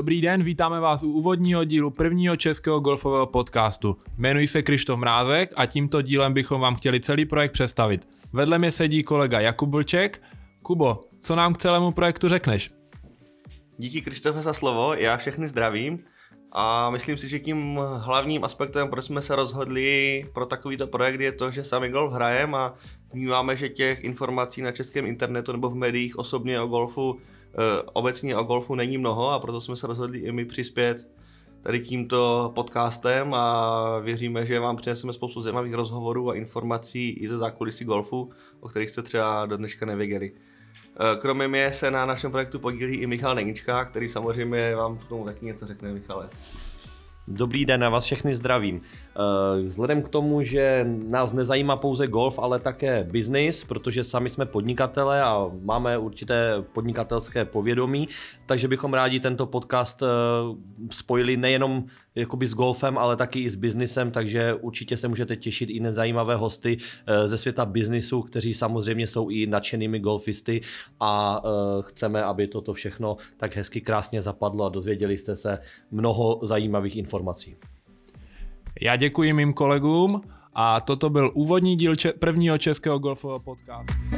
Dobrý den, vítáme vás u úvodního dílu prvního českého golfového podcastu. Jmenuji se Krištof Mrázek a tímto dílem bychom vám chtěli celý projekt představit. Vedle mě sedí kolega Jakub Vlček. Kubo, co nám k celému projektu řekneš? Díky Krištofe za slovo, já všechny zdravím a myslím si, že tím hlavním aspektem, proč jsme se rozhodli pro takovýto projekt, je to, že sami golf hrajeme a vnímáme, že těch informací na českém internetu nebo v médiích osobně o golfu, obecně o golfu není mnoho, a proto jsme se rozhodli i my přispět tady tímto podcastem a věříme, že vám přineseme spoustu zajímavých rozhovorů a informací i ze zákulisí golfu, o kterých jste třeba do dneška nevěděli. Kromě mě se na našem projektu podílí i Michal Nenička, který samozřejmě vám k tomu taky něco řekne. Michale. Dobrý den, já vás všechny zdravím. Vzhledem k tomu, že nás nezajímá pouze golf, ale také biznis, protože sami jsme podnikatelé a máme určité podnikatelské povědomí, takže bychom rádi tento podcast spojili nejenom jakoby s golfem, ale taky i s biznisem, takže určitě se můžete těšit i na zajímavé hosty ze světa biznisu, kteří samozřejmě jsou i nadšenými golfisty a chceme, aby toto všechno tak hezky krásně zapadlo a dozvěděli jste se mnoho zajímavých informací. Já děkuji mým kolegům a toto byl úvodní díl prvního českého golfového podcastu.